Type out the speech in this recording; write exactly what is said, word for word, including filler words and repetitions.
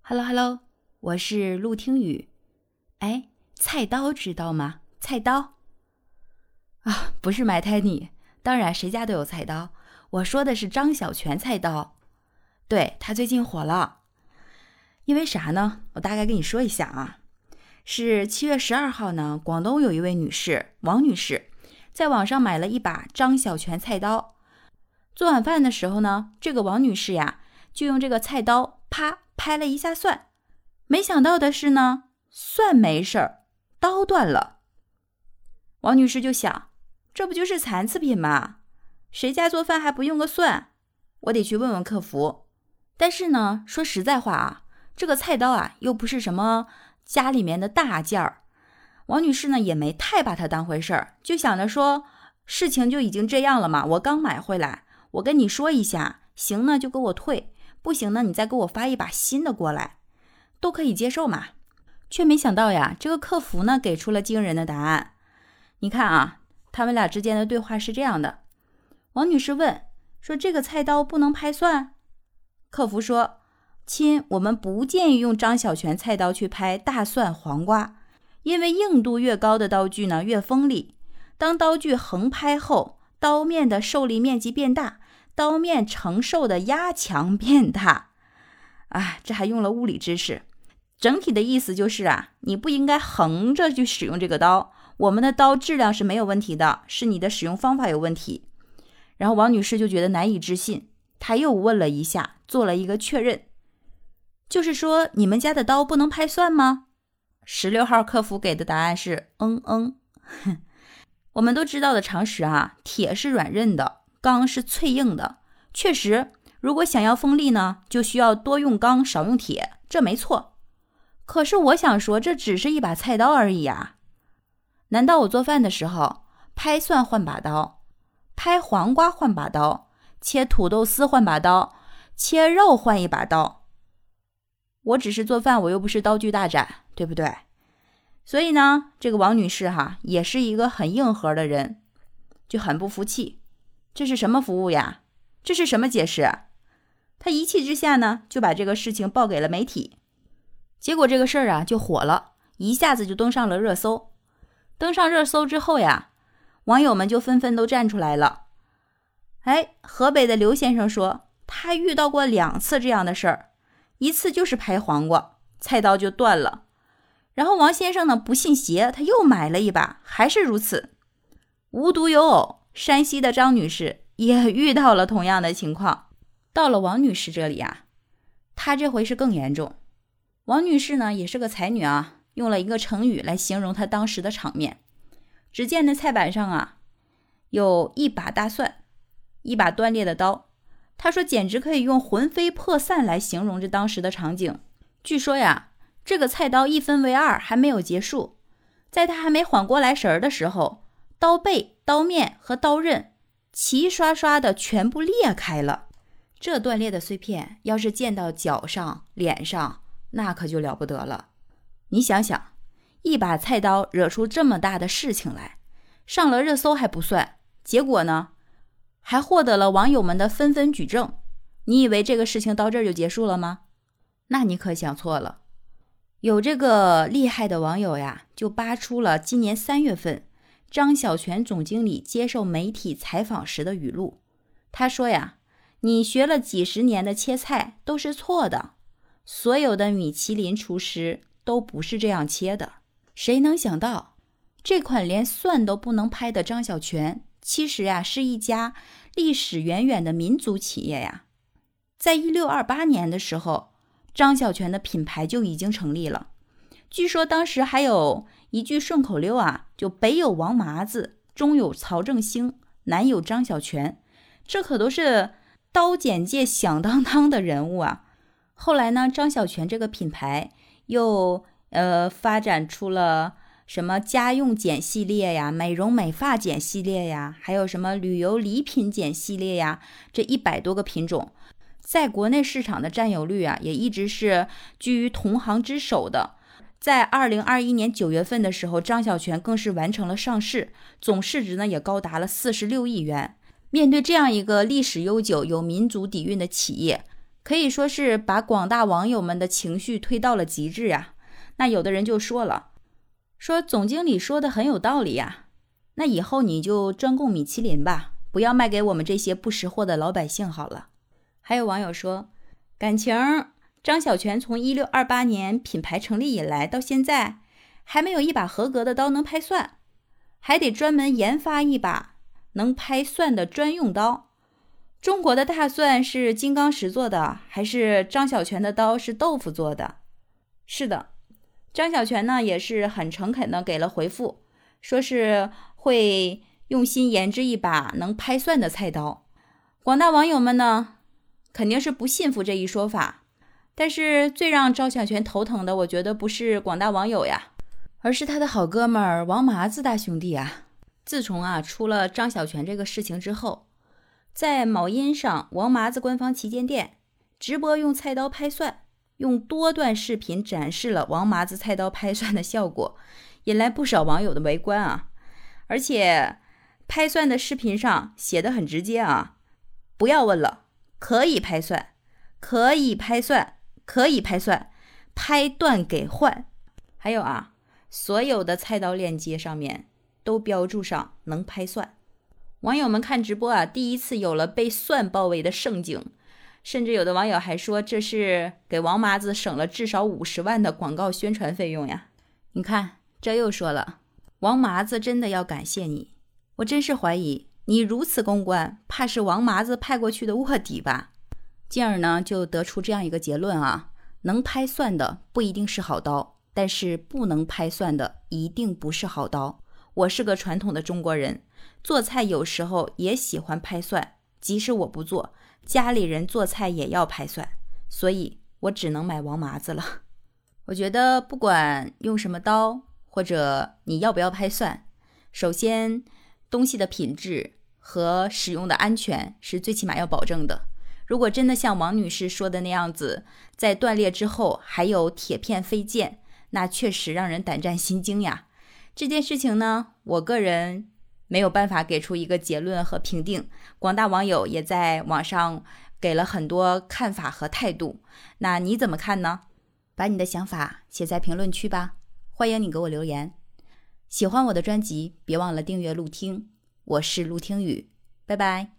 Hello Hello， 我是陆听雨。哎，菜刀知道吗？菜刀啊，不是埋汰你，当然谁家都有菜刀。我说的是张小泉菜刀，对，他最近火了。因为啥呢？我大概跟你说一下啊。是七月十二号呢，广东有一位女士王女士，在网上买了一把张小泉菜刀。做晚饭的时候呢，这个王女士呀，就用这个菜刀啪拍了一下蒜，没想到的是呢，蒜没事儿，刀断了。王女士就想，这不就是残次品吗？谁家做饭还不用个蒜？我得去问问客服。但是呢，说实在话啊，这个菜刀啊，又不是什么家里面的大件儿。王女士呢，也没太把它当回事儿，就想着说，事情就已经这样了嘛，我刚买回来，我跟你说一下，行呢就给我退，不行呢你再给我发一把新的过来，都可以接受嘛。却没想到呀，这个客服呢给出了惊人的答案。你看啊，他们俩之间的对话是这样的。王女士问说，这个菜刀不能拍蒜？客服说，亲，我们不建议用张小泉菜刀去拍大蒜、黄瓜，因为硬度越高的刀具呢越锋利，当刀具横拍后，刀面的受力面积变大，刀面承受的压强变大。啊，这还用了物理知识。整体的意思就是啊，你不应该横着去使用这个刀，我们的刀质量是没有问题的，是你的使用方法有问题。然后王女士就觉得难以置信，她又问了一下，做了一个确认，就是说你们家的刀不能拍蒜吗？十六号客服给的答案是嗯嗯。我们都知道的常识啊，铁是软韧的，钢是脆硬的。确实，如果想要锋利呢，就需要多用钢少用铁，这没错。可是我想说，这只是一把菜刀而已啊。难道我做饭的时候拍蒜换把刀，拍黄瓜换把刀，切土豆丝换把刀，切肉换一把刀？我只是做饭，我又不是刀具大展，对不对？所以呢，这个王女士哈，也是一个很硬核的人，就很不服气。这是什么服务呀？这是什么解释？她一气之下呢，就把这个事情报给了媒体。结果这个事儿啊就火了，一下子就登上了热搜。登上热搜之后呀，网友们就纷纷都站出来了。哎，河北的刘先生说，他遇到过两次这样的事儿，一次就是拍黄瓜，菜刀就断了。然后王先生呢不信邪，他又买了一把，还是如此。无独有偶，山西的张女士也遇到了同样的情况。到了王女士这里啊，她这回是更严重。王女士呢也是个才女啊，用了一个成语来形容她当时的场面。只见那菜板上啊，有一把大蒜，一把断裂的刀。她说简直可以用魂飞魄散来形容这当时的场景。据说呀，这个菜刀一分为二还没有结束，在她还没缓过来神儿的时候，刀背、刀面和刀刃齐刷刷的全部裂开了。这断裂的碎片要是溅到脚上、脸上，那可就了不得了。你想想，一把菜刀惹出这么大的事情来，上了热搜还不算，结果呢，还获得了网友们的纷纷举证。你以为这个事情到这儿就结束了吗？那你可想错了。有这个厉害的网友呀，就扒出了今年三月份张小泉总经理接受媒体采访时的语录。他说呀，你学了几十年的切菜都是错的，所有的米其林厨师都不是这样切的。谁能想到，这款连蒜都不能拍的张小泉，其实呀是一家历史远远的民族企业呀。在一六二八年的时候，张小泉的品牌就已经成立了。据说当时还有一句顺口溜啊，就北有王麻子，中有曹正兴，南有张小泉，这可都是刀剪界响当当的人物啊。后来呢，张小泉这个品牌又呃发展出了什么家用剪系列呀、美容美发剪系列呀，还有什么旅游礼品剪系列呀，这一百多个品种，在国内市场的占有率啊，也一直是居于同行之首的。在二零二一年九月份的时候，张小泉更是完成了上市，总市值呢也高达了四十六亿元。面对这样一个历史悠久、有民族底蕴的企业， 可以说是把广大网友们的情绪推到了极致啊。那有的人就说了，说总经理说的很有道理呀，那以后你就专供米其林吧，不要卖给我们这些不识货的老百姓好了。还有网友说，感情张小泉从一六二八年品牌成立以来到现在，还没有一把合格的刀能拍蒜，还得专门研发一把能拍蒜的专用刀。中国的大蒜是金刚石做的，还是张小泉的刀是豆腐做的？是的，张小泉呢也是很诚恳的给了回复，说是会用心研制一把能拍蒜的菜刀。广大网友们呢肯定是不信服这一说法，但是最让张小泉头疼的，我觉得不是广大网友呀，而是他的好哥们儿王麻子大兄弟啊。自从啊出了张小泉这个事情之后，在某音上王麻子官方旗舰店直播用菜刀拍蒜，用多段视频展示了王麻子菜刀拍蒜的效果，引来不少网友的围观啊。而且拍蒜的视频上写得很直接啊，不要问了，可以拍蒜，可以拍蒜，可以拍蒜，拍断给换。还有啊，所有的菜刀链接上面都标注上能拍蒜。网友们看直播啊，第一次有了被蒜包围的盛景，甚至有的网友还说这是给王麻子省了至少五十万的广告宣传费用呀。你看，这又说了，王麻子真的要感谢你，我真是怀疑你如此公关，怕是王麻子派过去的卧底吧。进而呢，就得出这样一个结论啊，能拍蒜的不一定是好刀，但是不能拍蒜的一定不是好刀。我是个传统的中国人，做菜有时候也喜欢拍蒜，即使我不做，家里人做菜也要拍蒜，所以我只能买王麻子了。我觉得不管用什么刀，或者你要不要拍蒜，首先东西的品质和使用的安全是最起码要保证的。如果真的像王女士说的那样子，在断裂之后还有铁片飞溅，那确实让人胆战心惊呀。这件事情呢，我个人没有办法给出一个结论和评定，广大网友也在网上给了很多看法和态度，那你怎么看呢？把你的想法写在评论区吧，欢迎你给我留言。喜欢我的专辑，别忘了订阅陆听，我是陆听雨，拜拜。